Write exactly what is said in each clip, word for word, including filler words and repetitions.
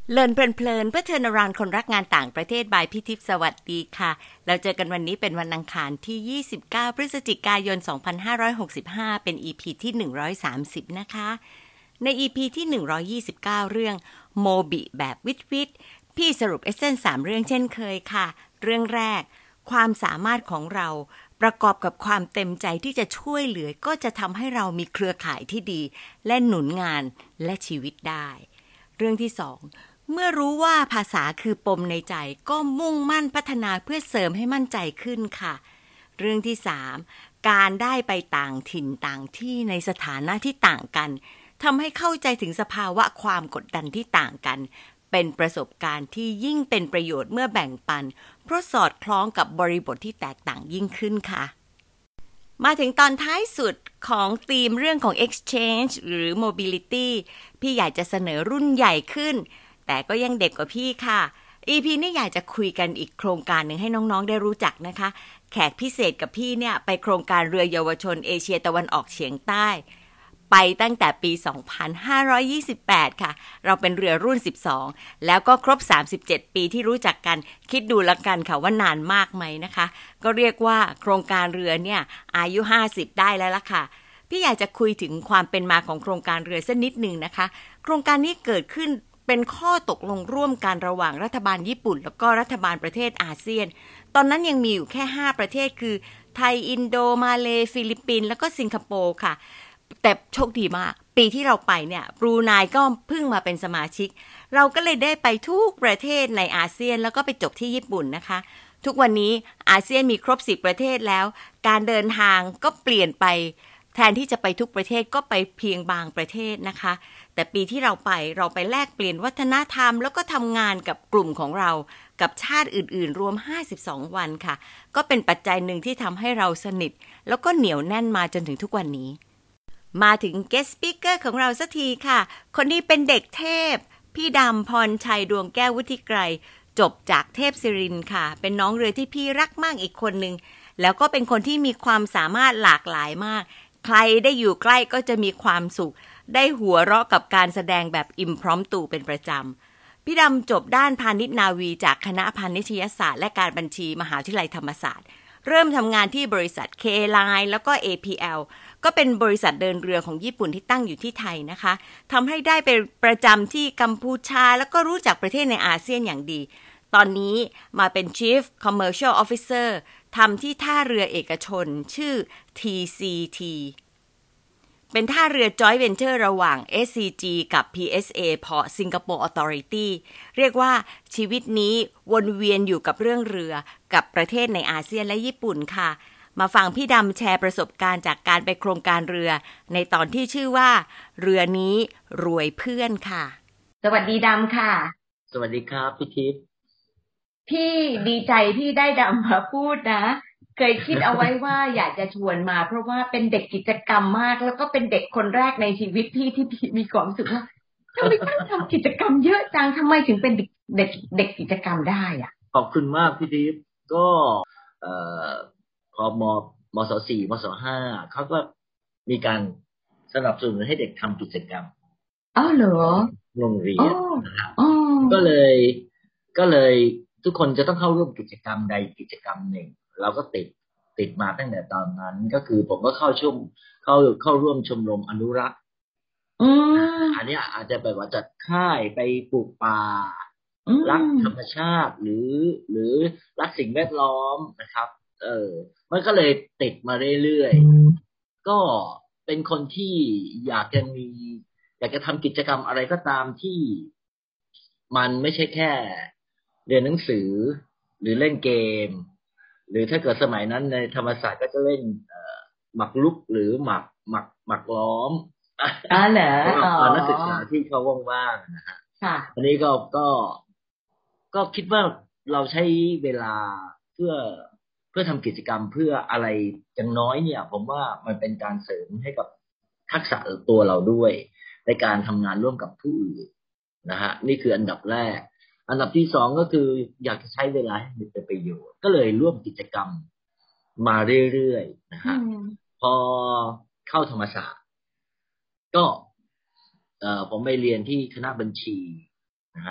เลินเพลินๆเพื่อเทิร์นอราวด์คนรักงานต่างประเทศบายพี่ทิพย์สวัสดีค่ะเราเจอกันวันนี้เป็นวันอังคารที่ยี่สิบเก้าพฤศจิกายนสองพันห้าร้อยหกสิบห้าเป็น อี พี ที่หนึ่งร้อยสามสิบนะคะใน อี พี ที่หนึ่งร้อยยี่สิบเก้าเรื่องโมบิแบบวิทวิทพี่สรุปเอเซนสามเรื่องเช่นเคยค่ะเรื่องแรกความสามารถของเราประกอบกับความเต็มใจที่จะช่วยเหลือก็จะทำให้เรามีเครือข่ายที่ดีและหนุนงานและชีวิตได้เรื่องที่สองเมื่อรู้ว่าภาษาคือปมในใจก็มุ่งมั่นพัฒนาเพื่อเสริมให้มั่นใจขึ้นค่ะเรื่องที่สามการได้ไปต่างถิ่นต่างที่ในสถานะที่ต่างกันทำให้เข้าใจถึงสภาวะความกดดันที่ต่างกันเป็นประสบการณ์ที่ยิ่งเป็นประโยชน์เมื่อแบ่งปันเพราะสอดคล้องกับบริบทที่แตกต่างยิ่งขึ้นค่ะมาถึงตอนท้ายสุดของธีมเรื่องของ exchange หรือ mobility พี่อยากจะเสนอรุ่นใหญ่ขึ้นแต่ก็ยังเด็กกว่าพี่ค่ะ อี พี นี้อยากจะคุยกันอีกโครงการหนึ่งให้น้องๆได้รู้จักนะคะแขกพิเศษกับพี่เนี่ยไปโครงการเรือเยาวชนเอเชียตะวันออกเฉียงใต้ไปตั้งแต่ปีสองพันห้าร้อยยี่สิบแปดค่ะเราเป็นเรือรุ่นสิบสองแล้วก็ครบสามสิบเจ็ดปีที่รู้จักกันคิดดูละกันค่ะว่านานมากไหมนะคะก็เรียกว่าโครงการเรือเนี่ยอายุห้าสิบได้แล้วล่ะค่ะพี่อยากจะคุยถึงความเป็นมาของโครงการเรือสักนิดนึงนะคะโครงการนี้เกิดขึ้นเป็นข้อตกลงร่วมกันระหว่างรัฐบาลญี่ปุ่นแล้วก็รัฐบาลประเทศอาเซียนตอนนั้นยังมีอยู่แค่ห้าประเทศคือไทยอินโดมาเลฟิลิปปินส์แล้วก็สิงคโปร์ค่ะแต่โชคดีมากปีที่เราไปเนี่ยบรูไนก็เพิ่งมาเป็นสมาชิกเราก็เลยได้ไปทุกประเทศในอาเซียนแล้วก็ไปจบที่ญี่ปุ่นนะคะทุกวันนี้อาเซียนมีครบสิบประเทศแล้วการเดินทางก็เปลี่ยนไปแทนที่จะไปทุกประเทศก็ไปเพียงบางประเทศนะคะแต่ปีที่เราไปเราไปแลกเปลี่ยนวัฒนธรรมแล้วก็ทำงานกับกลุ่มของเรากับชาติอื่นๆรวมห้าสิบสองวันค่ะก็เป็นปัจจัยหนึ่งที่ทำให้เราสนิทแล้วก็เหนียวแน่นมาจนถึงทุกวันนี้มาถึง guest speaker ของเราสักทีค่ะคนนี้เป็นเด็กเทพพี่ดำพรชัยดวงแก้ววุฒิไกรจบจากเทพศิรินทร์ค่ะเป็นน้องเรือที่พี่รักมากอีกคนนึงแล้วก็เป็นคนที่มีความสามารถหลากหลายมากใครได้อยู่ใกล้ก็จะมีความสุขได้หัวเราะกับการแสดงแบบ impromptu เป็นประจำพี่ดำจบด้านพาณิชย์นาวีจากคณะพาณิชยศาสตร์และการบัญชีมหาวิทยาลัยธรรมศาสตร์เริ่มทำงานที่บริษัท K Line แล้วก็ เอ พี แอล ก็เป็นบริษัทเดินเรือของญี่ปุ่นที่ตั้งอยู่ที่ไทยนะคะทำให้ได้ไปประจำที่กัมพูชาแล้วก็รู้จักประเทศในอาเซียนอย่างดีตอนนี้มาเป็น Chief Commercial Officer ทำที่ท่าเรือเอกชนชื่อ ที ซี ที เป็นท่าเรือ Joint Venture ระหว่าง เอส ซี จี กับ พี เอส เอ Port Singapore Authority เรียกว่าชีวิตนี้วนเวียนอยู่กับเรื่องเรือกับประเทศในอาเซียนและญี่ปุ่นค่ะมาฟังพี่ดำแชร์ประสบการณ์จากการไปโครงการเรือในตอนที่ชื่อว่าเรือนี้รวยเพื่อนค่ะสวัสดีดำค่ะสวัสดีครับพี่ทิพย์พี่ดีใจที่ได้ดำมาพูดนะเคยคิดเอาไว้ว่าอยากจะชวนมาเพราะว่าเป็นเด็กกิจกรรมมากแล้วก็เป็นเด็กคนแรกในชีวิตพี่ที่พี่มีความรู้สึกว่าทำไมต้องทำกิจกรรมเยอะจังทำไมถึงเป็นเด็กเด็กเด็กกิจกรรมได้อ่ะขอบคุณมากพี่ทิพย์ก็เอ่อพอมมศสี่มศห้าเขาก็มีการสนับสนุนให้เด็กทำกิจกรรมอ๋อเหรอโรงเรีอ๋ยอนนะครับอ๋อก็เลยก็เลยทุกคนจะต้องเข้าร่วมกิจกรรมใดกิจกรรมหนึ่งเราก็ติดติดมาตั้งแต่ตอนนั้นก็คือผมก็เข้าชมเข้าเข้าร่วมชมรมอนุรักษ์อืมอันนี้อาจจะแบบว่าจัดค่ายไปปลูกป่าอืรักธรรมมชาติหรือหรือรักสิ่งแวดล้อมนะครับเออมันก็เลยติดมาเรื่อยๆก็เป็นคนที่อยากจะมีอยากจะทำกิจกรรมอะไรก็ตามที่มันไม่ใช่แค่เรียนหนังสือหรือเล่นเกมหรือถ้าเกิดสมัยนั้นในธรรมศาสตร์ก็จะเล่นเอ่อหมากรุกหรือหมากหมากหมากล้อมอ๋อเหรอสำหรัอ๋อบนักศึกษาที่เขาว่างๆนะฮะค่ะอันนี้ก็ก็ก็คิดว่าเราใช้เวลาเพื่อเพื่อทำกิจกรรมเพื่ออะไรอย่างน้อยเนี่ยผมว่ามันเป็นการเสริมให้กับทักษะตัวเราด้วยในการทำงานร่วมกับผู้อื่นนะฮะนี่คืออันดับแรกอันดับที่สองก็คืออยากจะใช้เวลาให้เป็นประโยชน์ก็เลยร่วมกิจกรรมมาเรื่อยๆนะอืฮะมพอเข้าธรรมศาสตร์ก็เอ่อผมไปเรียนที่คณะบัญชีนะฮะ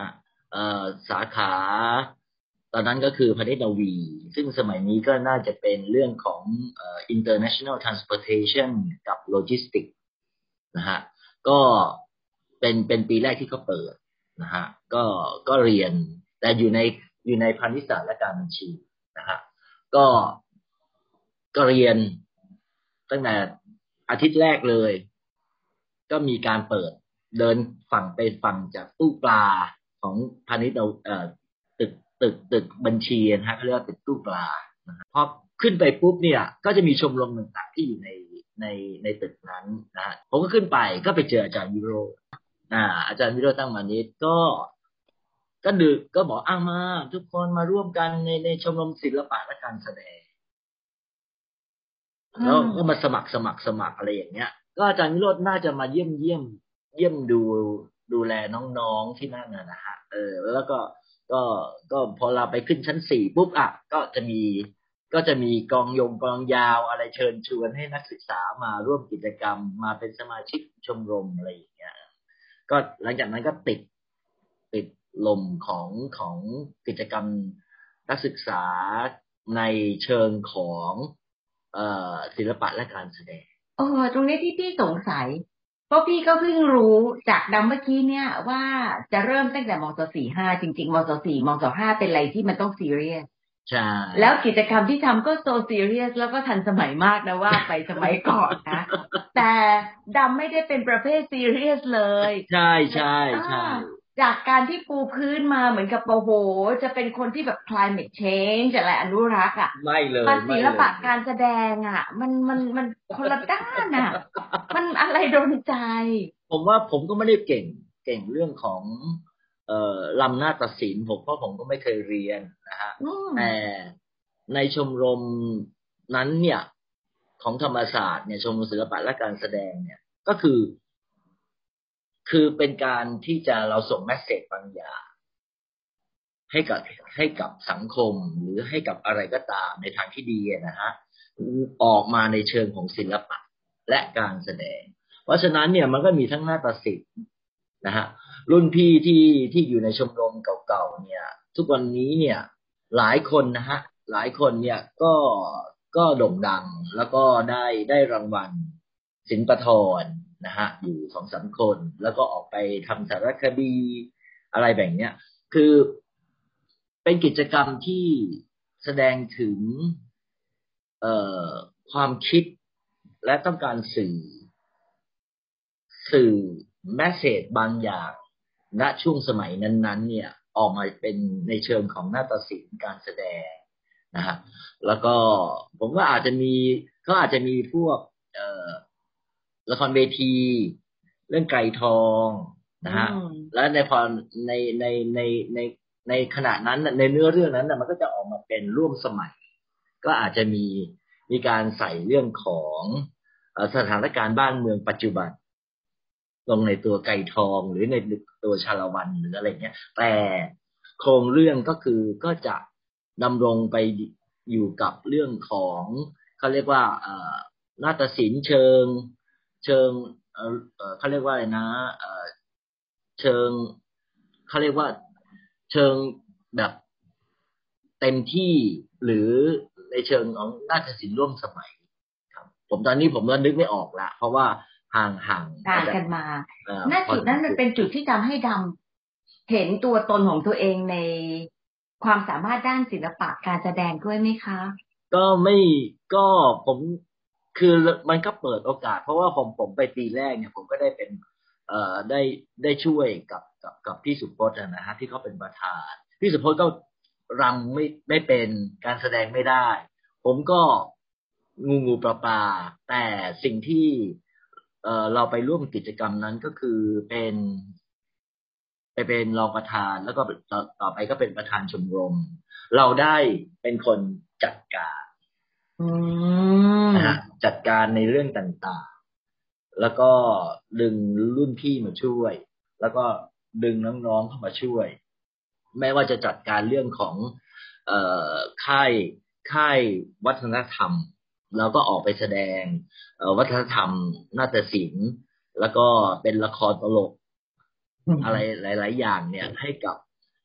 เอ่อสาขาตอนนั้นก็คือพาณิชย์นาวีซึ่งสมัยนี้ก็น่าจะเป็นเรื่องของเอ่อ international transportation กับ logistics นะฮะก็เป็นเป็นปีแรกที่เขาเปิดนะฮะก็ก็เรียนแต่อยู่ในอยู่ในพาณิชยศาสตร์และการบัญชีนะฮะก็ก็เรียนตั้งแต่อาทิตย์แรกเลยก็มีการเปิดเดินฝั่งไปฝั่งจากตู้ปลาของพาณิชย์เราเอ่อตึกตึกตึกบัญชีนะฮะเขาเรียกว่าตึกตู้ปลานะฮะพอขึ้นไปปุ๊บเนี่ยก็จะมีชมรมต่างๆที่อยู่ในในในตึกนั้นนะฮะผมก็ขึ้นไปก็ไปเจออาจารย์วิโรจน์อ่าอาจารย์วิโรจน์ตั้งมานิดก็ก็ดึกก็บอกอ้ามาทุกคนมาร่วมกันในในชมรมศิลปะและการแสดงแล้วก็มาสมัครสมัครสมัครอะไรอย่างเงี้ยก็อาจารย์วิโรจน์น่าจะมาเยี่ยมเยี่ยมเยี่ยมดูดูแลน้องๆที่นั่นนะฮะเออแล้วก็ก็ก็พอเราไปขึ้นชั้นสี่ปุ๊บอ่ะก็จะมีก็จะมีกองยงกองยาวอะไรเชิญชวนให้นักศึกษามาร่วมกิจกรรมมาเป็นสมาชิกชมรมอะไรอย่างเงี้ยก็หลังจากนั้นก็ติดติดลมของของกิจกรรมนักศึกษาในเชิงของเอ่อศิลปะและการแสดงเออตรงนี้ที่พี่สงสัยเพราะพี่ก็เพิ่งรู้จากดัมเมื่อกี้เนี่ยว่าจะเริ่มตั้งแต่มศสี่ห้าจริงๆมศสี่มศห้าเป็นอะไรที่มันต้องซีเรียสใช่แล้วกิจกรรมที่ทำก็โซซีเรียสแล้วก็ทันสมัยมากนะว่าไปสมัยก่อนนะแต่ดำไม่ได้เป็นประเภทซีเรียสเลยใช่ใช่ใช่จากการที่ปูพื้นมาเหมือนกับโอ้โหจะเป็นคนที่แบบ climate change อะไรอนุรักษ์อ่ะไม่เลยมันศิลปะการแสดงอ่ะมันมันมันคนละด้านอ่ะมันอะไรโดนใจผมว่าผมก็ไม่ได้เก่งเก่งเรื่องของเอ่อลำนาฏศิลป์ผมเพราะผมก็ไม่เคยเรียนนะฮะแต่ในชมรมนั้นเนี่ยของธรรมศาสตร์เนี่ยชมรมศิลปะและการแสดงเนี่ยก็คือคือเป็นการที่จะเราส่งแมสเสจบางอย่างให้กับให้กับสังคมหรือให้กับอะไรก็ตามในทางที่ดีนะฮะออกมาในเชิงของศิลปะและการแสดงเพราะฉะนั้นเนี่ยมันก็มีทั้งนาฏศิลป์นะฮะรุ่นพี่ที่ที่อยู่ในชมรมเก่าๆเนี่ยทุกวันนี้เนี่ยหลายคนนะฮะหลายคนเนี่ยก็ก็โด่งดังแล้วก็ได้ได้รางวัลศิลปธรนะฮะอยู่สองสามคนแล้วก็ออกไปทำสารคดีอะไรแบบเนี้ยคือเป็นกิจกรรมที่แสดงถึงเอ่อความคิดและต้องการสื่อสื่อแมสเสจบางอย่างณช่วงสมัยนั้นๆเนี่ยออกมาเป็นในเชิงของนาฏศิลป์การแสดงนะฮะแล้วก็ผมว่าอาจจะมีก็อาจจะมีพวกเอ่อละครเวทีเรื่องไก่ทองนะฮะแล้วในพอในในในในในขณะนั้นในเนื้อเรื่องนั้นน่ะมันก็จะออกมาเป็นร่วมสมัยก็อาจจะมีมีการใส่เรื่องของสถานการณ์บ้านเมืองปัจจุบันลงในตัวไก่ทองหรือในตัวชาละวันหรืออะไรเงี้ยแต่โครงเรื่องก็คือก็จะดำรงไปอยู่กับเรื่องของเขาเรียกว่าเอ่อนาฏศิลป์เชิงเชิงเอ่อเขาเรียกว่าอะไรนะเอ่อเชิงเขาเรียกว่าเชิงแบบเต็มที่หรือในเชิงของนาฏศิลป์ร่วมสมัยครับผมตอนนี้ผมก็นึกไม่ออกละเพราะว่าห่างห่างต่างกันมาณจุดนั้นมันเป็นจุดที่ทำให้ดำเห็นตัวตนของตัวเองในความสามารถด้านศิลปะการแสดงด้วยไหมคะก็ไม่ก็ผมคือมันก็เปิดโอกาสเพราะว่าผมผมไปปีแรกเนี่ยผมก็ได้เป็นเอ่อได้ได้ช่วยกับกับกับพี่สุพจน์นะฮะที่เขาเป็นประธานพี่สุพจน์ก็รำไม่ไม่เป็นการแสดงไม่ได้ผมก็งูงูปลาปลาแต่สิ่งที่เอ่อเราไปร่วมกิจกรรมนั้นก็คือเป็นไปเป็นรองประธานแล้วก็ต่อต่อไปก็เป็นประธานชมรมเราได้เป็นคนจัดการนะฮะจัดการในเรื่องต่างๆแล้วก็ดึงรุ่นพี่มาช่วยแล้วก็ดึงน้องๆเข้ามาช่วยแม้ว่าจะจัดการเรื่องของเอ่อค่ายค่ายวัฒนธรรมเราก็ออกไปแสดงวัฒนธรรมนาฏศิลป์แล้วก็เป็นละครตลกอะไรหลายๆอย่างเนี่ยให้กับ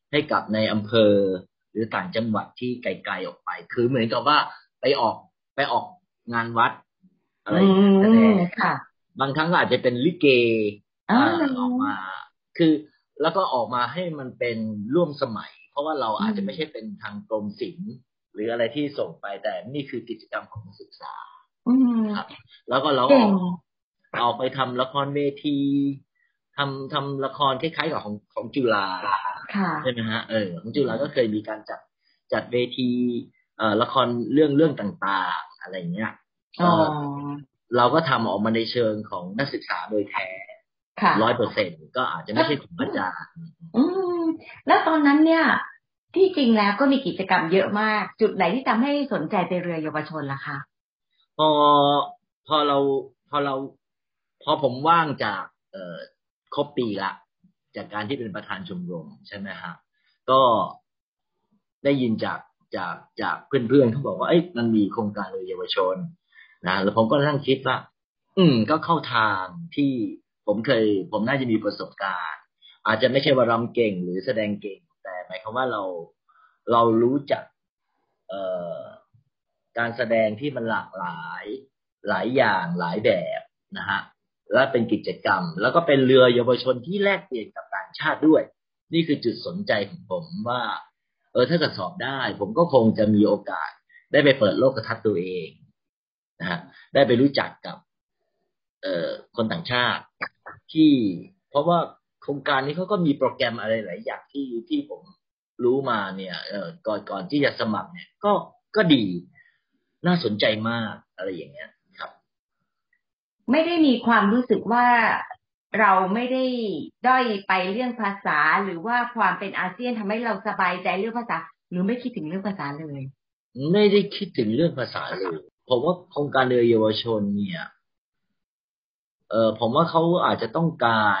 ให้กับในอำเภอหรือต่างจังหวัดที่ไกลๆออกไปคือเหมือนกับว่าไปออกไปออกงานวัดอะไรอย่างเงี้ยแสดงบางครั้งก็อาจจะเป็นลิเกอ่าออกมาคือแล้วก็ออกมาให้มันเป็นร่วมสมัยเพราะว่าเราอาจจะไม่ใช่เป็นทางกรมศิลป์หรืออะไรที่ส่งไปแต่นี่คือกิจกรรมของนักศึกษาครับแล้วก็เราออกออกไปทำละครเวทีทำทำละครคล้ายๆกับของของจุฬาใช่ไหมฮะเออของจุฬาก็เคยมีการจัดจัดเวทีเอ่อละครเรื่องเรื่องต่างๆอะไรเงี้ยเราก็ทำออกมาในเชิงของนักศึกษาโดยแท้ร้อยเปอร์เซ็นต์ก็อาจจะไม่ใช่ของอาจารย์อืมแล้วตอนนั้นเนี่ยที่จริงแล้วก็มีกิจกรรมเยอะมากจุดไหนที่ทำให้สนใจไปเรือเยาวชนล่ะคะพอพอเราพอเราพอผมว่างจากเอ่อครบปีละจากการที่เป็นประธานชมรมใช่ไหมฮะก็ได้ยินจากจากจากเพื่อนๆเขาบอกว่าเอ้ยมันมีโครงการเรือเยาวชนนะแล้วผมก็นั่งคิดว่าอืมก็เข้าทางที่ผมเคยผมน่าจะมีประสบการณ์อาจจะไม่ใช่ว่ารำเก่งหรือแสดงเก่งแต่หมายความว่าเราเรารู้จักเอ่อการแสดงที่มันหลากหลายหลายอย่างหลายแบบนะฮะและเป็นกิจกรรมแล้วก็เป็นเรือเยาวชนที่แลกเปลี่ยนกับต่างชาติด้วยนี่คือจุดสนใจของผมว่าเออถ้าเกิดสอบได้ผมก็คงจะมีโอกาสได้ไปเปิดโลกทัศน์ตัวเองนะฮะได้ไปรู้จักกับเอ่อคนต่างชาติที่เพราะว่าโครงการนี้เขาก็มีโปรแกรมอะไรหลายอย่างที่ที่ผมรู้มาเนี่ยเอ่อก่อนก่อนที่จะสมัครเนี่ยก็ก็ดีน่าสนใจมากอะไรอย่างเงี้ยครับไม่ได้มีความรู้สึกว่าเราไม่ได้ด้อยไปเรื่องภาษาหรือว่าความเป็นอาเซียนทำให้เราสบายใจเรื่องภาษาหรือไม่คิดถึงเรื่องภาษาเลยไม่ได้คิดถึงเรื่องภาษาเลยผมว่าโครงการเรือเยาวชนเนี่ยเออผมว่าเขาอาจจะต้องการ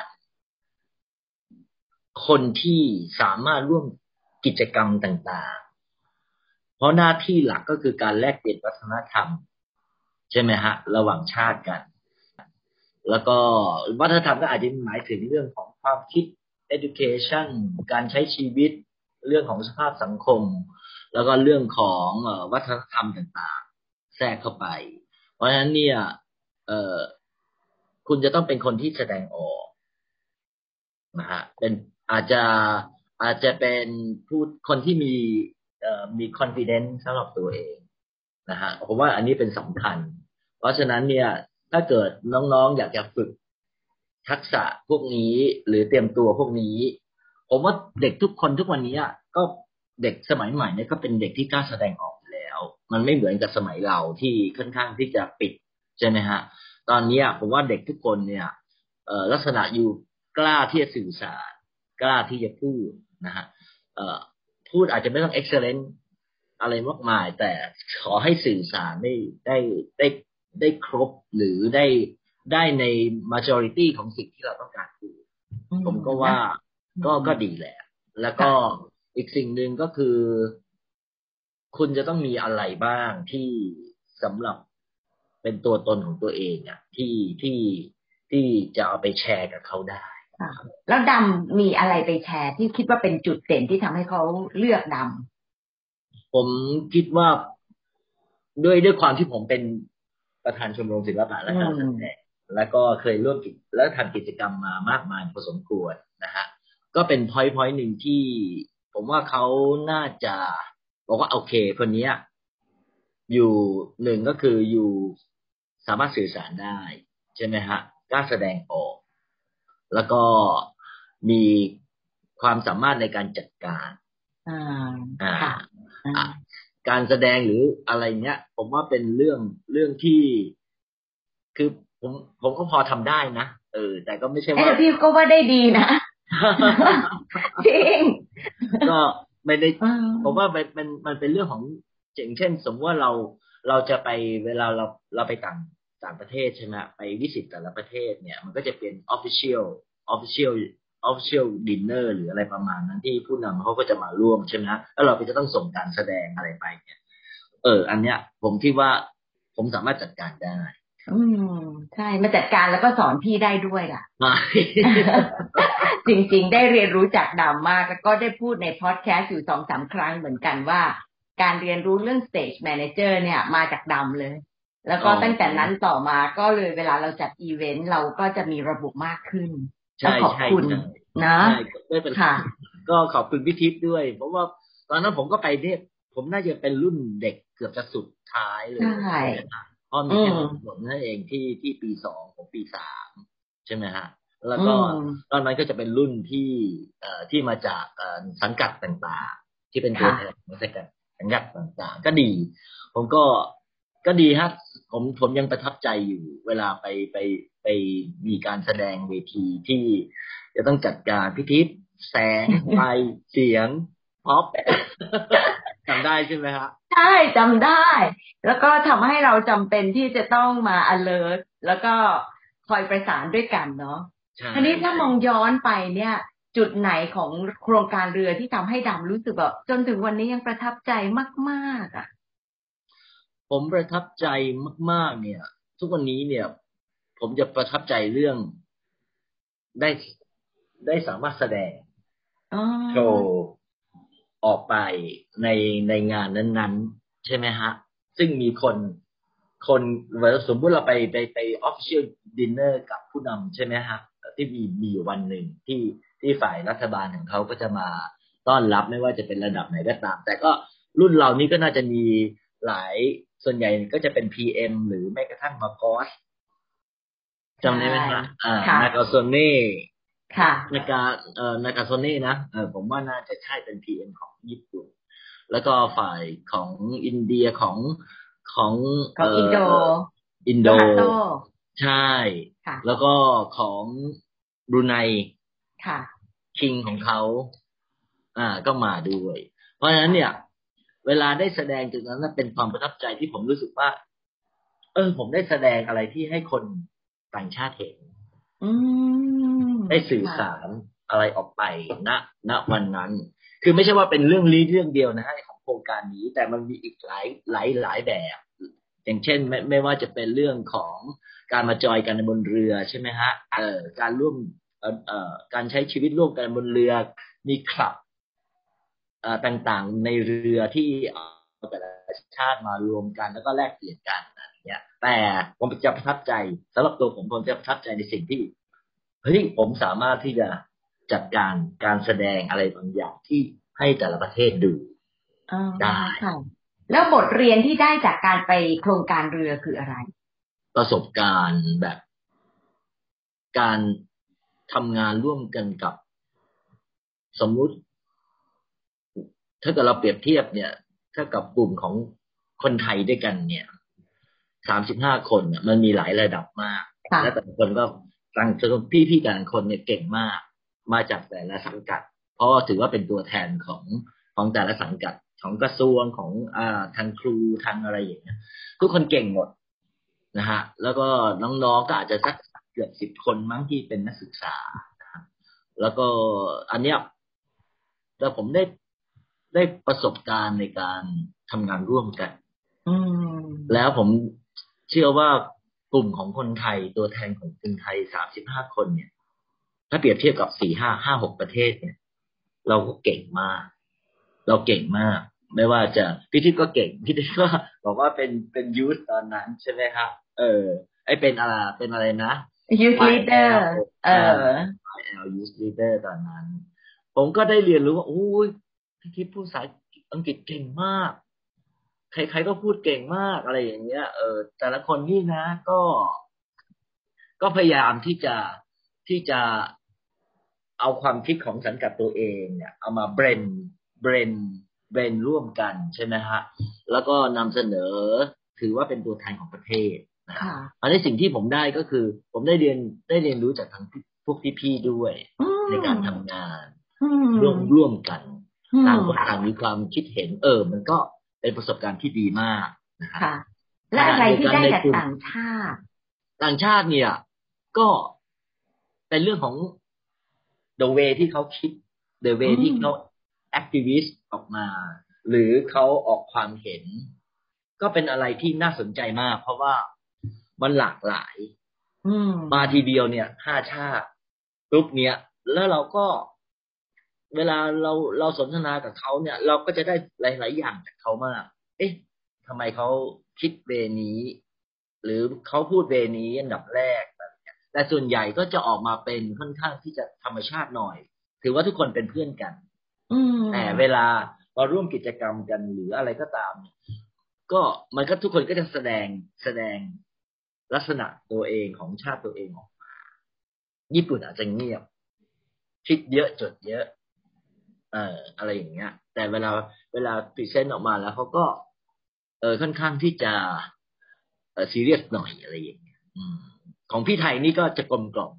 คนที่สามารถร่วมกิจกรรมต่างๆเพราะหน้าที่หลักก็คือการแลกเปลี่ยนวัฒนธรรมใช่ไหมฮะระหว่างชาติกันแล้วก็วัฒนธรรมก็อาจจะหมายถึงเรื่องของความคิด education การใช้ชีวิตเรื่องของสภาพสังคมแล้วก็เรื่องของวัฒนธรรมต่างๆแทรกเข้าไปเพราะฉะนั้นเนี่ยเอ่อคุณจะต้องเป็นคนที่แสดงออกนะฮะเป็นอาจจะอาจจะเป็นผู้คนที่มีเอ่อมี confidence สำหรับตัวเองนะฮะผมว่าอันนี้เป็นสำคัญเพราะฉะนั้นเนี่ยถ้าเกิดน้องๆอยากจะฝึกทักษะพวกนี้หรือเตรียมตัวพวกนี้ผมว่าเด็กทุกคนทุกวันนี้ก็เด็กสมัยใหม่เนี่ยก็เป็นเด็กที่กล้าแสดงออกแล้วมันไม่เหมือนกับสมัยเราที่ค่อนข้างที่จะปิดใช่ไหมฮะตอนนี้ผมว่าเด็กทุกคนเนี่ยเอ่อลักษณะอยู่กล้าที่จะสื่อสารกล้าที่จะพูดนะฮะเอ่อพูดอาจจะไม่ต้อง excellent อะไรมากมายแต่ขอให้สื่อสารได้ได้ได้ได้ครบหรือได้ได้ใน majority ของสิ่งที่เราต้องการพูดผมก็ว่าก็ก็ดีแหละแล้วก็อีกสิ่งหนึ่งก็คือคุณจะต้องมีอะไรบ้างที่สำหรับเป็นตัวตนของตัวเองอ่ะที่ที่ที่จะเอาไปแชร์กับเขาได้แล้วดำมีอะไรไปแชร์ที่คิดว่าเป็นจุดเด่นที่ทำให้เขาเลือกดำผมคิดว่าด้วยด้วยความที่ผมเป็นประธานชมรมศิลปะและการแสดงแล้วก็เคยร่วมกิจและทำกิจกรรมมามากมายพอสมควรนะฮะก็เป็นพอยต์พอยต์หนึ่งที่ผมว่าเขาน่าจะบอกว่าโอเคคนนี้อยู่หนึ่งก็คืออยู่สามารถสื่อสารได้ใช่ไหมฮะกล้าแสดงออกแล้วก็มีความสามารถในการจัดการอ่าอ่าอ่าการแสดงหรืออะไรเงี้ยผมว่าเป็นเรื่องเรื่องที่คือผมผมก็พอทำได้นะเออแต่ก็ไม่ใช่ว่าพี่ก็ว่าได้ดีนะจริงก็ไม่ได้ผมว่ามันมันมันเป็นเรื่องของอย่างเช่นสมมติว่าเราเราจะไปเวลาเราเราไปต่างต่างประเทศใช่ไหมไปวิสิตแต่ละประเทศเนี่ยมันก็จะเป็น official official official dinner หรืออะไรประมาณนั้นที่ผู้นำเขาก็จะมาร่วมใช่ไหมแล้วเราก็จะต้องส่งการแสดงอะไรไปเนี่ยเอออันเนี้ยผมคิดว่าผมสามารถจัดการได้อืมใช่มาจัดการแล้วก็สอนพี่ได้ด้วยล่ะ จริงๆได้เรียนรู้จากดำมากแล้วก็ได้พูดในพอดแคสต์อยู่สองสามครั้งเหมือนกันว่าการเรียนรู้เรื่อง stage manager เนี่ยมาจากดำเลยแล้วก็ตั้งแต่นั้นต่อมาก็เลยเวลาเราจัดอีเวนต์เราก็จะมีระบบมากขึ้นแล้วใช่ขอบใช่คุณใช่นะใช่ไม่เป็นไรค่ะก็ขอบคุณพี่ทิพย์ด้วยเพราะว่าตอนนั้นผมก็ไปเนี่ยผมน่าจะเป็นรุ่นเด็กเกือบจะสุดท้ายเลยใช่ใช่ไหมฮะเพราะอืมีแค่มหมดนั่นเองที่ที่ปีสองของปีสามใช่ไหมฮะแล้วอืก็มตอนนั้นก็จะเป็นรุ่นที่เอ่อที่มาจากเอ่อสังกัดต่างๆที่เป็นตัวค่ะแทนของสังกัดสังกัดต่างๆก็ดีผมก็ก็ดีฮะผมผมยังประทับใจอยู่เวลาไปไปไปมีการแสดงเวทีที่จะต้องจัดการพิธีแสงไฟเสียงพ็อป จำได้ใช่ไหมฮะใช่จำได้แล้วก็ทำให้เราจำเป็นที่จะต้องมา alert แล้วก็คอยประสานด้วยกันเนาะใช่ทีนี้ถ้าใช่มองย้อนไปเนี่ยจุดไหนของโครงการเรือที่ทำให้ดำรู้สึกแบบจนถึงวันนี้ยังประทับใจมากๆอ่ะผมประทับใจมากๆเนี่ยทุกวันนี้เนี่ยผมจะประทับใจเรื่องได้ได้สามารถแสดงอ๋อโชว์ออกไปในในงานนั้นๆใช่ไหมฮะซึ่งมีคนคนสมมุติเราไปไปไป official dinner กับผู้นำใช่ไหมฮะที่มีมีอยู่วันหนึ่งที่ที่ฝ่ายรัฐบาลของเขาก็จะมาต้อนรับไม่ว่าจะเป็นระดับไหนก็ตามแต่ก็รุ่นเรานี้ก็น่าจะมีหลายส่วนใหญ่ก็จะเป็น พี เอ็ม หรือแม้กระทั่งมากอสจำใช่ได้ไหมฮะอ่าค่ะนากาโซเน่ค่ะนากาเอ่อนากาโซเน่นะเออผมว่าน่าจะใช่เป็น พี เอ็ม ของญี่ปุ่นแล้วก็ฝ่ายของอินเดียของของเอ่ของอินโดออินโดโลฮาโตใช่ค่ะแล้วก็ของบรูไนค่ะคิงของเขาอ่าก็มาด้วย เพราะฉะนั้นเนี่ยค่ะเวลาได้แสดงจุดนั้นนะเป็นความประทับใจที่ผมรู้สึกว่าเออผมได้แสดงอะไรที่ให้คนต่างชาติเห็นอืมได้สื่อค่ะสารอะไรออกไปณณวันนั้น คือไม่ใช่ว่าเป็นเรื่องนี้เรื่องเดียวนะฮะของโครงการนี้ แต่มันมีอีกหลายหลายหลายแบบ อย่างเช่นไม่ไม่ว่าจะเป็นเรื่องของการมาจอยกันบนเรือใช่ไหมฮะเอ่อการร่วมเอ่อเอ่อการใช้ชีวิตร่วมกันบนเรือมีคลับเอ่อต่างๆในเรือที่เอาแต่ละชาติมารวมกันแล้วก็แลกเปลี่ยนกันอะไรอย่างเงี้ยแต่ผมจะประทับใจสำหรับตัวผมผมจะประทับใจในสิ่งที่ เฮ้ยผมสามารถที่จะจัดการการแสดงอะไรบางอย่างที่ให้แต่ละประเทศดูอ๋อได้ค่ะแล้วบทเรียนที่ได้จากการไปโครงการเรือคืออะไรประสบการณ์แบบการทำงานร่วมกันกับสมมุติถ้าเกิดเราเปรียบเทียบเนี่ยถ้ากับกลุ่มของคนไทยด้วยกันเนี่ยสามสิบห้าคนเนี่ยมันมีหลายระดับมากและแต่ค่ะละคนก็ต่างพี่พี่แต่ละคนเนี่ยเก่งมากมาจากแต่ละสังกัดเพราะว่าถือว่าเป็นตัวแทนของของแต่ละสังกัดของกระทรวงของอ่าทางครูทางอะไรอย่างเงี้ยทุกคนเก่งหมดนะฮะแล้วก็น้องๆก็อาจจะสักเกือบสิบคนมั้งที่เป็นนักศึกษานะฮะแล้วก็อันเนี้ยแต่ผมได้ได้ประสบการณ์ในการทำงานร่วมกันอืมแล้วผมเชื่อว่ากลุ่มของคนไทยตัวแทนของคนไทยสามสิบห้าคนเนี่ยถ้าเปรียบเทียบกับสี่ห้าห้าหกประเทศเนี่ยเราก็เก่งมากเราเก่งมากไม่ว่าจะพี่ทิพย์ก็เก่งพี่ทิพย์ก็บอกว่าเป็นเป็นยูทตอนนั้นใช่ไหมครับเออไอเป็นอะไรเป็นอะไรนะ youth leader วาย แอลเออ่าอวาย แอล Youth Leader ตอนนั้นผมก็ได้เรียนรู้ว่าโอ้ยพี่ทิพย์พูดภาษาอังกฤษเก่งมาก ใครๆก็พูดเก่งมากอะไรอย่างเงี้ยเออแต่ละคนนี่นะก็ก็พยายามที่จะที่จะเอาความคิดของสังกัดตัวเองเนี่ยเอามาเบรนเบรนเบรนร่วมกันใช่ไหมฮะแล้วก็นำเสนอถือว่าเป็นตัวแทนของประเทศนะค่ะอันนี้สิ่งที่ผมได้ก็คือผมได้เรียนได้เรียนรู้จากทางพวกพี่ๆด้วยอืในมการทำงานอืร่วมมร่วมกันอืต่างคนมต่างมีความคิดเห็นเออมันก็เป็นประสบการณ์ที่ดีมากนะฮะค่ะขและอะไรณะเดียวที่ได้กันในกลุ่มจากต่างชาติต่างชาติเนี่ยก็เป็นเรื่องของ the way ที่เขาคิด the อื way ที่มเขา activist ออกมาหรือเขาออกความเห็นก็เป็นอะไรที่น่าสนใจมากเพราะว่ามันหลากหลายอืมมาทีเดียวเนี่ยห้าชาติกรุ๊ปเนี้ยแล้วเราก็เวลาเราเราสนทนากับเขาเนี่ย เราก็จะได้หลายๆอย่างจากเขามากเอ๊ะทำไมเขาคิดเวนี้ หรือเขาพูดเวนี้อันดับแรกแต่ส่วนใหญ่ก็จะออกมาเป็นค่อนข้างที่จะธรรมชาติหน่อยถือว่าทุกคนเป็นเพื่อนกันแต่เวลามาร่วมกิจกรรมกันหรืออะไรก็ตามเนี่ยก็มันก็ทุกคนก็จะแสดงแสดงลักษณะตัวเองของชาติตัวเองออกมาญี่ปุ่นอาจจะเงียบคิดเยอะจดเยอะเอ่ออะไรอย่างเงี้ยแต่เวลาเวลาพรีเซนต์ออกมาแล้วเขาก็เออค่อนข้างที่จะเออซีเรียสหน่อยอะไรอย่างเงี้ยของพี่ไทยนี่ก็จะกลมกล่อม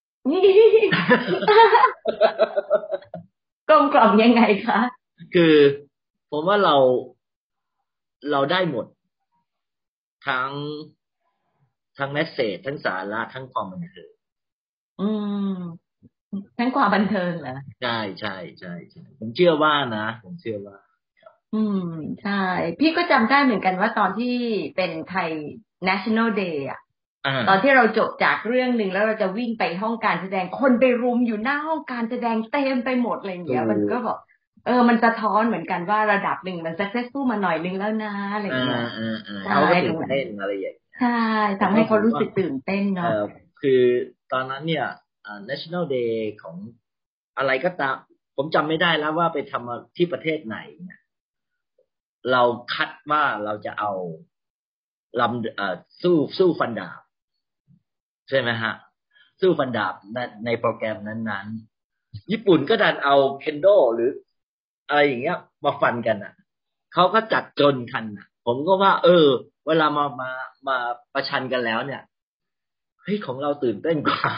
กลมกล่อมยังไงคะคือผมว่าเราเราได้หมดทั้งทั้งเมสเสจทั้งสาระทั้งความบันเทิงอืมทั้งความบันเทิงเหรอใช่ใช่ใช่ใช่ผมเชื่อว่านะผมเชื่อว่าอืมใช่พี่ก็จำได้เหมือนกันว่าตอนที่เป็นไทย National Day อ่ะตอนที่เราจบจากเรื่องหนึ่งแล้วเราจะวิ่งไปห้องการแสดงคนไปรุมอยู่หน้าห้องการแสดงเต็มไปหมดอะไรอย่างเงี้ยมันก็บอกเออมันสะท้อนเหมือนกันว่าระดับหนึ่งมัน successful มาหน่อยนึงแล้วนะอะไรอย่างเงี้ยเขาก็ตื่นเต้นอะไรอย่างเงี้ยใช่ทำให้เขารู้สึกตื่นเต้นเนาะคือตอนนั้นเนี่ย National Day ของอะไรก็ตามผมจำไม่ได้แล้วว่าไปทำที่ประเทศไหนเนี่ยเราคัดว่าเราจะเอาลำสู้สู้ฟันดาบใช่ไหมฮะสู้ฟันดาบในในโปรแกรมนั้นๆญี่ปุ่นก็ดันเอาเคนโดหรืออะไรอย่างเงี้ยมาฟันกันอ่ะเขาก็จัดจนกันอ่ะผมก็ว่าเออเวลามามามาประชันกันแล้วเนี่ยเฮ้ยของเราตื่นเต้นกว่า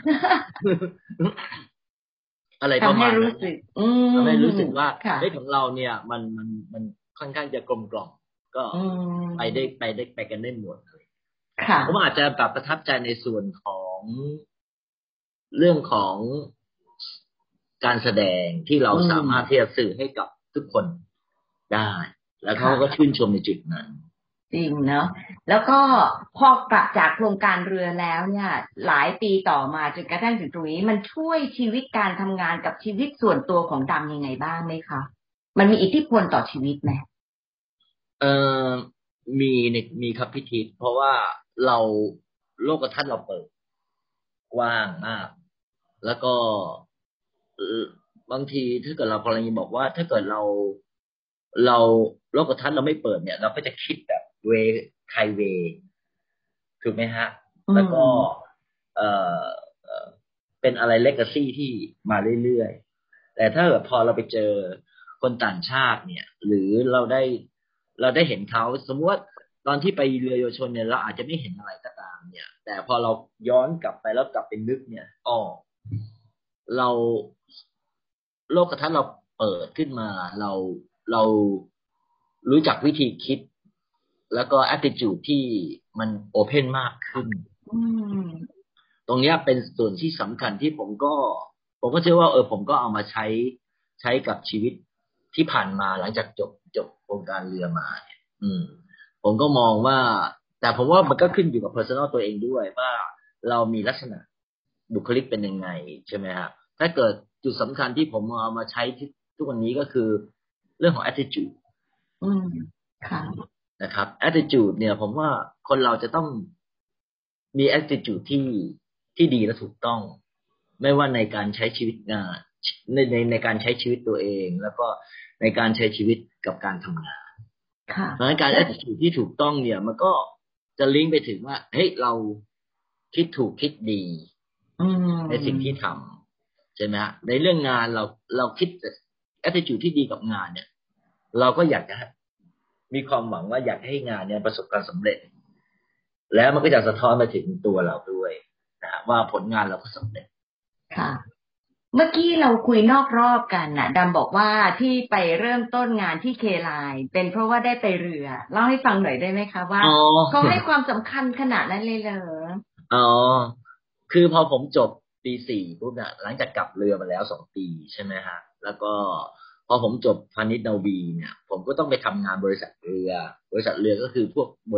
อะไรประมาณนั้นทำให้รู้สึกว่าเฮ้ยของเราเนี่ยมันมันมันค่อนข้างจะกลมกล่อมก็ไปได้ไปได้ไปกันได้หมดเลยผมอาจจะแบบประทับใจในส่วนของเรื่องของการแสดงที่เราสามารถที่จะสื่อให้กับทุกคนได้แล้วเขาก็ชื่นชมในจุดนั้นจริงเนาะแล้วก็พอกลับจากโครงการเรือแล้วเนี่ยหลายปีต่อมาจนกระทั่งถึงตรงนี้มันช่วยชีวิตการทำงานกับชีวิตส่วนตัวของดำยังไงบ้างไหมคะมันมีอิทธิพลต่อชีวิตไหมเอ่อมีมีครับพี่ทิพย์เพราะว่าเราโลกทัศน์เราเปิดกว้างมากแล้วก็บางทีถ้าเกิดเราพอเราบอกว่าถ้าเกิดเราเราโลกทัศน์เราไม่เปิดเนี่ยเราก็จะคิดแบบเวไทยเวถูกไหมฮะแล้วก็เอ่อเป็นอะไรเลกาซี่ที่มาเรื่อยๆแต่ถ้าเกิดพอเราไปเจอคนต่างชาติเนี่ยหรือเราได้เราได้เห็นเขาสมมติว่าตอนที่ไปเรือเยาวชนเนี่ยเราอาจจะไม่เห็นอะไรก็ตามเนี่ยแต่พอเราย้อนกลับไปแล้วกลับไปนึกเนี่ยอ๋อเราโลกทัศน์เราเปิดขึ้นมาเราเรารู้จักวิธีคิดแล้วก็ attitude ที่มันโอเพนมากขึ้นตรงนี้เป็นส่วนที่สำคัญที่ผมก็ผมก็เชื่อว่าเออผมก็เอามาใช้ใช้กับชีวิตที่ผ่านมาหลังจากจบจบโครงการเรือมาเนี่ยอืมผมก็มองว่าแต่ผมว่ามันก็ขึ้นอยู่กับ personal ตัวเองด้วยว่าเรามีลักษณะบุคลิกเป็นยังไงใช่ไหมครับถ้าเกิดจุดสำคัญที่ผมเอามาใช้ทุกวันนี้ก็คือเรื่องของ attitude อืมค่ะนะครับ attitude เนี่ยผมว่าคนเราจะต้องมี attitude ที่ที่ดีและถูกต้องไม่ว่าในการใช้ชีวิตงานในในในการใช้ชีวิตตัวเองแล้วก็ในการใช้ชีวิตกับการทำงานเพราะฉะนั้นการ attitude ที่ถูกต้องเนี่ยมันก็จะลิงก์ไปถึงว่าเฮ้ยเราคิดถูกคิดดีในสิ่งที่ทำใช่ไหมฮะในเรื่องงานเราเราคิด attitude ที่ดีกับงานเนี่ยเราก็อยากจะมีความหวังว่าอยากให้งานเนี่ยประสบความสำเร็จแล้วมันก็จะสะท้อนมาถึงตัวเราด้วยนะว่าผลงานเราก็สำเร็จค่ะเมื่อกี้เราคุยนอกรอบกันน่ะดำบอกว่าที่ไปเริ่มต้นงานที่เคไลน์เป็นเพราะว่าได้ไปเรือเล่าให้ฟังหน่อยได้ไหมคะว่าเขาให้ความสำคัญขนาดนั้นเลยเหรออ๋อคือพอผมจบปีสี่ปุ๊บเนี่ยหลังจากกลับเรือมาแล้วสองปีใช่ไหมฮะแล้วก็พอผมจบพาณิชย์นาวีเนี่ยผมก็ต้องไปทำงานบริษัทเรือบริษัทเรือก็คือพวกบริษัท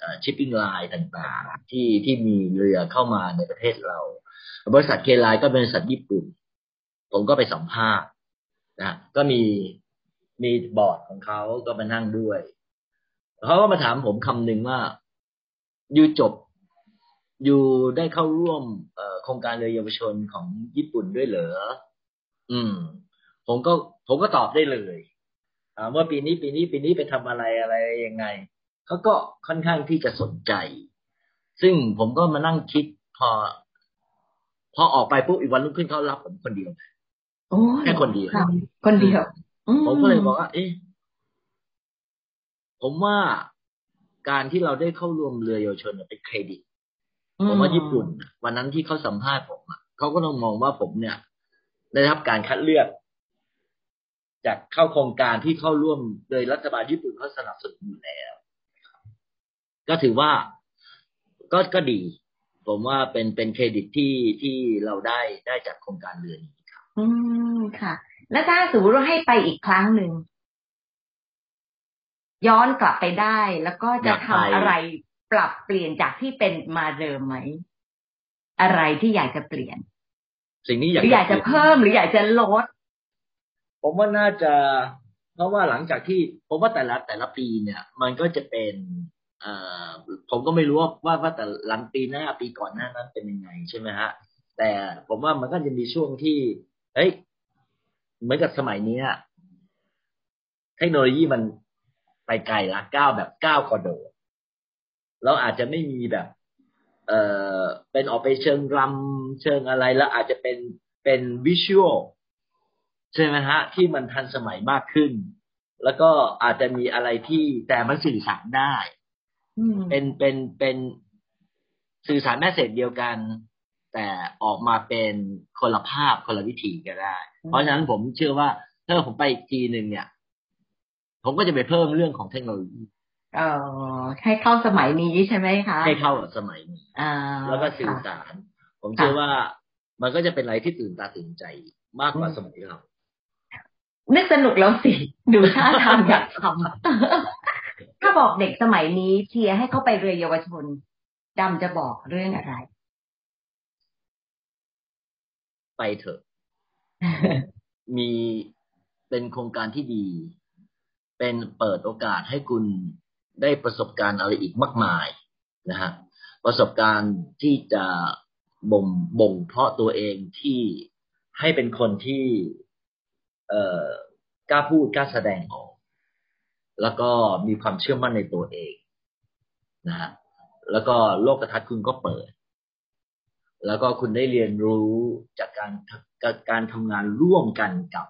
ชิปปิ้งไลน์ต่างๆที่ที่มีเรือเข้ามาในประเทศเราบริษัทเคไลน์ก็เป็นบริษัทญี่ปุ่นผมก็ไปสัมภาษณ์นะก็มีมีบอร์ดของเขาก็มานั่งด้วยเขาก็มาถามผมคำหนึ่งว่าอยู่จบอยู่ได้เข้าร่วมโครงการเรือเยาวชนของญี่ปุ่นด้วยเหรออืมผมก็ผมก็ตอบได้เลยเมื่อปีนี้ปีนี้ปีนี้ไปทำอะไรอะไรยังไงเขาก็ค่อนข้างที่จะสนใจซึ่งผมก็มานั่งคิดพอพอออกไปปุ๊บอีกวันรุ่งขึ้นเขารับผมคนเดียวแค่คนเดียวคนเดียวผมก็เลยบอกว่าเอ๊ะผมว่าการที่เราได้เข้าร่วมเรือเยาวชนเป็นเครดิตผมว่าญี่ปุ่นวันนั้นที่เขาสัมภาษณ์ผมเขาก็ต้องมองว่าผมเนี่ยได้รับการคัดเลือกจากเข้าโครงการที่เข้าร่วมโดยรัฐบาลญี่ปุ่นเขาสนับสนุนอยู่แล้วก็ถือว่าก็ก็ดีผมว่าเป็นเป็นเครดิตที่ที่เราได้ได้จากโครงการเรือนี้ครับอืมค่ะแล้วถ้าสมมติว่าให้ไปอีกครั้งหนึ่งย้อนกลับไปได้แล้วก็จะทำอะไรปรับเปลี่ยนจากที่เป็นมาเดิมไหมอะไรที่อยากจะเปลี่ยนสิ่งนี้อยากหรืออยากจะเพิ่มหรืออยากจะลดผมว่าน่าจะเพราะว่าหลังจากที่ผมว่าแต่ละแต่ละปีเนี่ยมันก็จะเป็นเอ่อผมก็ไม่รู้ว่าว่าว่าแต่หลังปีหน้าปีก่อนหน้านั้นเป็นยังไงใช่ไหมฮะแต่ผมว่ามันก็จะมีช่วงที่เฮ้ยเหมือนกับสมัยนี้เทคโนโลยีมันไปไกลละก้าวแบบก้าวกระโดดเราอาจจะไม่มีแบบเอ่อเป็นออกไปเชิงรำเชิงอะไรแล้วอาจจะเป็นเป็นวิชวลใช่ไหมฮะที่มันทันสมัยมากขึ้นแล้วก็อาจจะมีอะไรที่แต่มันสื่อสารได้เป็นเป็นเป็นสื่อสารแมสเสจเดียวกันแต่ออกมาเป็นคนละภาพคนละวิธีก็ได้เพราะฉะนั้นผมเชื่อว่าถ้าผมไปอีกทีหนึ่งเนี่ยผมก็จะไปเพิ่มเรื่องของเทคโนโลยีเอ่อให้เข้าสมัยนี้ใช่ไหมคะให้เข้ากับสมัยนี้แล้วก็สื่อสารผมเชื่อว่ามันก็จะเป็นอะไรที่ตื่นตาตื่นใจมากกว่าสมัยเรานึกสนุกแล้วสิดูท่าทางอยากทำถ้าบอกเด็กสมัยนี้เชียร์ให้เขาไปเรือเยาวชนดำจะบอกเรื่องอะไรไปเถอะ มีเป็นโครงการที่ดีเป็นเปิดโอกาสให้คุณได้ประสบการณ์อะไรอีกมากมายนะฮะประสบการณ์ที่จะบ่มบ่งเพาะตัวเองที่ให้เป็นคนที่เอ่อกล้าพูดกล้าแสดงออกแล้วก็มีความเชื่อมั่นในตัวเองนะฮะแล้วก็โลกทัศน์คุณก็เปิดแล้วก็คุณได้เรียนรู้จากการการทำงานร่วมกันกับ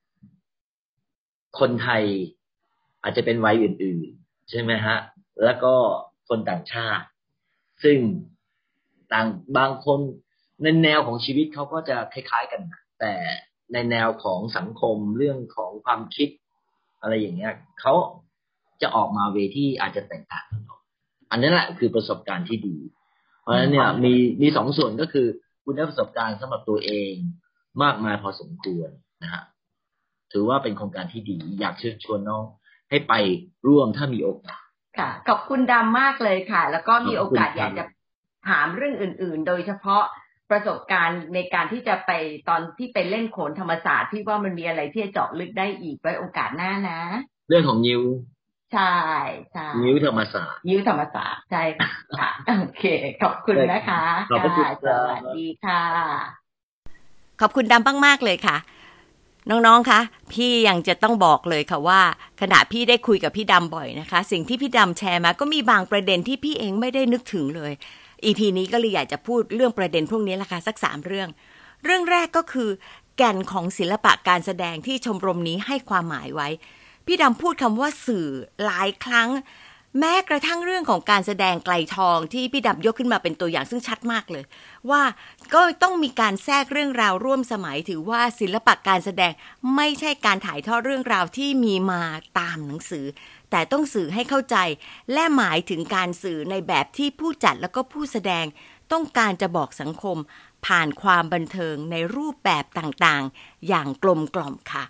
คนไทยอาจจะเป็นวัยอื่นๆใช่ไหมฮะแล้วก็คนต่างชาติซึ่งต่างบางคนในแนวของชีวิตเขาก็จะคล้ายๆกันแต่ในแนวของสังคมเรื่องของความคิดอะไรอย่างเงี้ยเขาจะออกมาเวที่อาจจะแตกต่างกันอันนั้นแหละคือประสบการณ์ที่ดีเพราะฉะนั้นเนี่ยมีมีสองส่วนก็คือคุณได้ประสบการณ์สำหรับตัวเองมากมายพอสมควรนะฮะถือว่าเป็นโครงการที่ดีอยากเชิญชวนน้องให้ไปร่วมถ้ามีโอกาสค่ะขอบคุณดำมากเลยค่ะแล้วก็มีโอกาสอยากจะถามเรื่องอื่นๆโดยเฉพาะประสบการณ์ในการที่จะไปตอนที่ไปเล่นโขนธรรมศาสตร์ที่ว่ามันมีอะไรที่จะเจาะลึกได้อีกไว้โอกาสหน้านะเรื่องของนิ้วใช่ใช่นิ้วธรรมศาสตร์นิ้วธรรมศาสตร์ใช่ค่ะโอเคขอบคุณนะคะขอบคุณสวัสดีค่ะขอบคุณดำมากๆเลยค่ะน้องๆคะพี่ยังจะต้องบอกเลยค่ะว่าขณะพี่ได้คุยกับพี่ดำบ่อยนะคะสิ่งที่พี่ดำแชร์มาก็มีบางประเด็นที่พี่เองไม่ได้นึกถึงเลย อี พี นี้ก็เลยอยากจะพูดเรื่องประเด็นพวกนี้ละค่ะสักสามเรื่องเรื่องแรกก็คือแก่นของศิลปะการแสดงที่ชมรมนี้ให้ความหมายไว้พี่ดำพูดคำว่าสื่อหลายครั้งแม้กระทั่งเรื่องของการแสดงไกลทองที่พี่ดำยกขึ้นมาเป็นตัวอย่างซึ่งชัดมากเลยว่าก็ต้องมีการแทรกเรื่องราวร่วมสมัยถือว่าศิลปะการแสดงไม่ใช่การถ่ายทอดเรื่องราวที่มีมาตามหนังสือแต่ต้องสื่อให้เข้าใจและหมายถึงการสื่อในแบบที่ผู้จัดแล้วก็ผู้แสดงต้องการจะบอกสังคมผ่านความบันเทิงในรูปแบบต่างๆอย่างกลมกล่อมค่ะ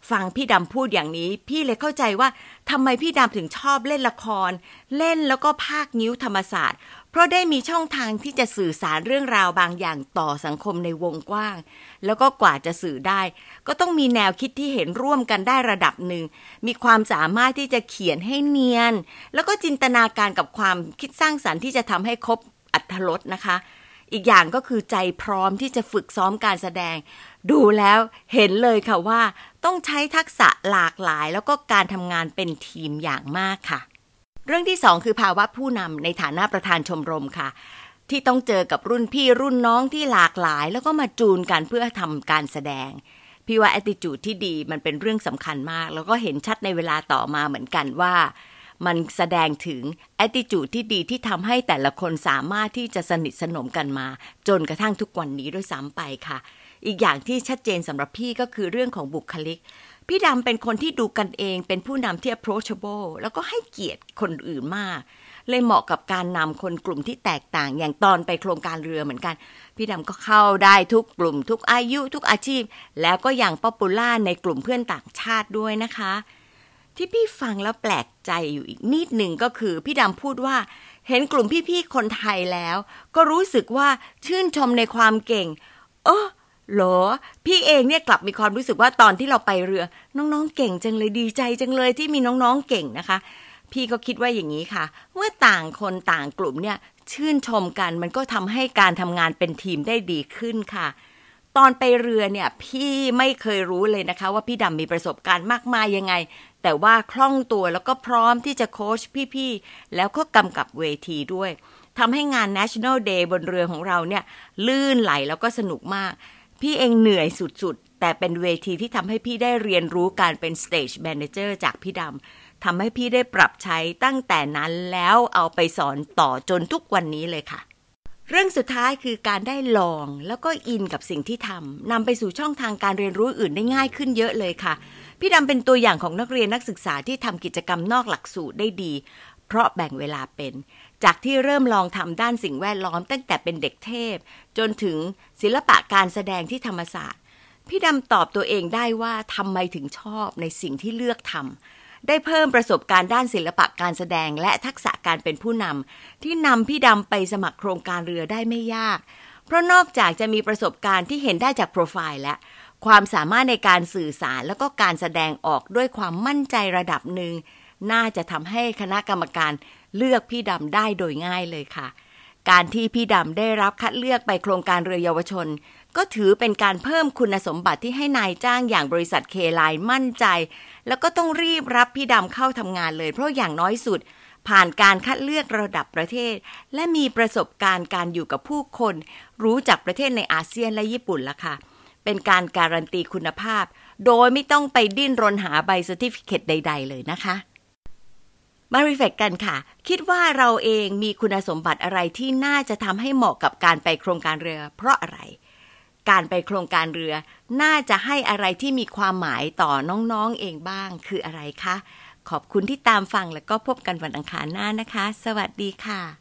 ฟังพี่ดำพูดอย่างนี้พี่เลยเข้าใจว่าทำไมพี่ดำถึงชอบเล่นละครเล่นแล้วก็พากย์งิ้วธรรมศาสตร์เพราะได้มีช่องทางที่จะสื่อสารเรื่องราวบางอย่างต่อสังคมในวงกว้างแล้วก็กว่าจะสื่อได้ก็ต้องมีแนวคิดที่เห็นร่วมกันได้ระดับหนึ่งมีความสามารถที่จะเขียนให้เนียนแล้วก็จินตนาการกับความคิดสร้างสรรค์ที่จะทำให้ครบอรรถรสนะคะอีกอย่างก็คือใจพร้อมที่จะฝึกซ้อมการแสดงดูแล้วเห็นเลยค่ะว่าต้องใช้ทักษะหลากหลายแล้วก็การทำงานเป็นทีมอย่างมากค่ะเรื่องที่สองคือภาวะผู้นำในฐานะประธานชมรมค่ะที่ต้องเจอกับรุ่นพี่รุ่นน้องที่หลากหลายแล้วก็มาจูนกันเพื่อทำการแสดงพี่ว่า attitude ที่ดีมันเป็นเรื่องสำคัญมากแล้วก็เห็นชัดในเวลาต่อมาเหมือนกันว่ามันแสดงถึง attitude ที่ดีที่ทำให้แต่ละคนสามารถที่จะสนิทสนมกันมาจนกระทั่งทุกวันนี้ด้วยซ้ำไปค่ะอีกอย่างที่ชัดเจนสำหรับพี่ก็คือเรื่องของบุคลิกพี่ดำเป็นคนที่ดูกันเองเป็นผู้นำที่ approachable แล้วก็ให้เกียรติคนอื่นมากเลยเหมาะกับการนำคนกลุ่มที่แตกต่างอย่างตอนไปโครงการเรือเหมือนกันพี่ดำก็เข้าได้ทุกกลุ่มทุกอายุทุกอาชีพแล้วก็อย่างป๊อปปูล่าในกลุ่มเพื่อนต่างชาติด้วยนะคะที่พี่ฟังแล้วแปลกใจอยู่อีกนิดหนึ่งก็คือพี่ดำพูดว่าเห็นกลุ่มพี่ๆคนไทยแล้วก็รู้สึกว่าชื่นชมในความเก่งเออเหรอพี่เองเนี่ยกลับมีความรู้สึกว่าตอนที่เราไปเรือน้องๆเก่งจังเลยดีใจจังเลยที่มีน้องๆเก่งนะคะพี่ก็คิดว่าอย่างนี้ค่ะเมื่อต่างคนต่างกลุ่มเนี่ยชื่นชมกันมันก็ทำให้การทำงานเป็นทีมได้ดีขึ้นค่ะตอนไปเรือเนี่ยพี่ไม่เคยรู้เลยนะคะว่าพี่ดำมีประสบการณ์มากมายยังไงแต่ว่าคล่องตัวแล้วก็พร้อมที่จะโค้ชพี่ๆแล้วก็กำกับเวทีด้วยทำให้งาน National Day บนเรือของเราเนี่ยลื่นไหลแล้วก็สนุกมากพี่เองเหนื่อยสุดๆแต่เป็นเวทีที่ทำให้พี่ได้เรียนรู้การเป็น Stage Manager จากพี่ดำทำให้พี่ได้ปรับใช้ตั้งแต่นั้นแล้วเอาไปสอนต่อจนทุกวันนี้เลยค่ะเรื่องสุดท้ายคือการได้ลองแล้วก็อินกับสิ่งที่ทำนำไปสู่ช่องทางการเรียนรู้อื่นได้ง่ายขึ้นเยอะเลยค่ะพี่ดำเป็นตัวอย่างของนักเรียนนักศึกษาที่ทำกิจกรรมนอกหลักสูตรได้ดีเพราะแบ่งเวลาเป็นจากที่เริ่มลองทำด้านสิ่งแวดล้อมตั้งแต่เป็นเด็กเทพจนถึงศิลปะการแสดงที่ธรรมศาสตร์พี่ดำตอบตัวเองได้ว่าทำไมถึงชอบในสิ่งที่เลือกทำได้เพิ่มประสบการณ์ด้านศิลปะการแสดงและทักษะการเป็นผู้นำที่นำพี่ดำไปสมัครโครงการเรือได้ไม่ยากเพราะนอกจากจะมีประสบการณ์ที่เห็นได้จากโปรไฟล์และความสามารถในการสื่อสารแล้วก็การแสดงออกด้วยความมั่นใจระดับหนึ่งน่าจะทำให้คณะกรรมการเลือกพี่ดำได้โดยง่ายเลยค่ะการที่พี่ดำได้รับคัดเลือกไปโครงการเรือเยาวชนก็ถือเป็นการเพิ่มคุณสมบัติที่ให้นายจ้างอย่างบริษัทเคไลน์มั่นใจแล้วก็ต้องรีบรับพี่ดำเข้าทำงานเลยเพราะอย่างน้อยสุดผ่านการคัดเลือกระดับประเทศและมีประสบการณ์การอยู่กับผู้คนรู้จักประเทศในอาเซียนและญี่ปุ่นละค่ะเป็นการการันตีคุณภาพโดยไม่ต้องไปดิ้นรนหาใบเซอร์ติฟิเคตใดๆเลยนะคะมารีเฟล็กกันค่ะคิดว่าเราเองมีคุณสมบัติอะไรที่น่าจะทำให้เหมาะกับการไปโครงการเรือเพราะอะไรการไปโครงการเรือน่าจะให้อะไรที่มีความหมายต่อน้องๆเองบ้างคืออะไรคะขอบคุณที่ตามฟังแล้วก็พบกันวันอังคารหน้านะคะสวัสดีค่ะ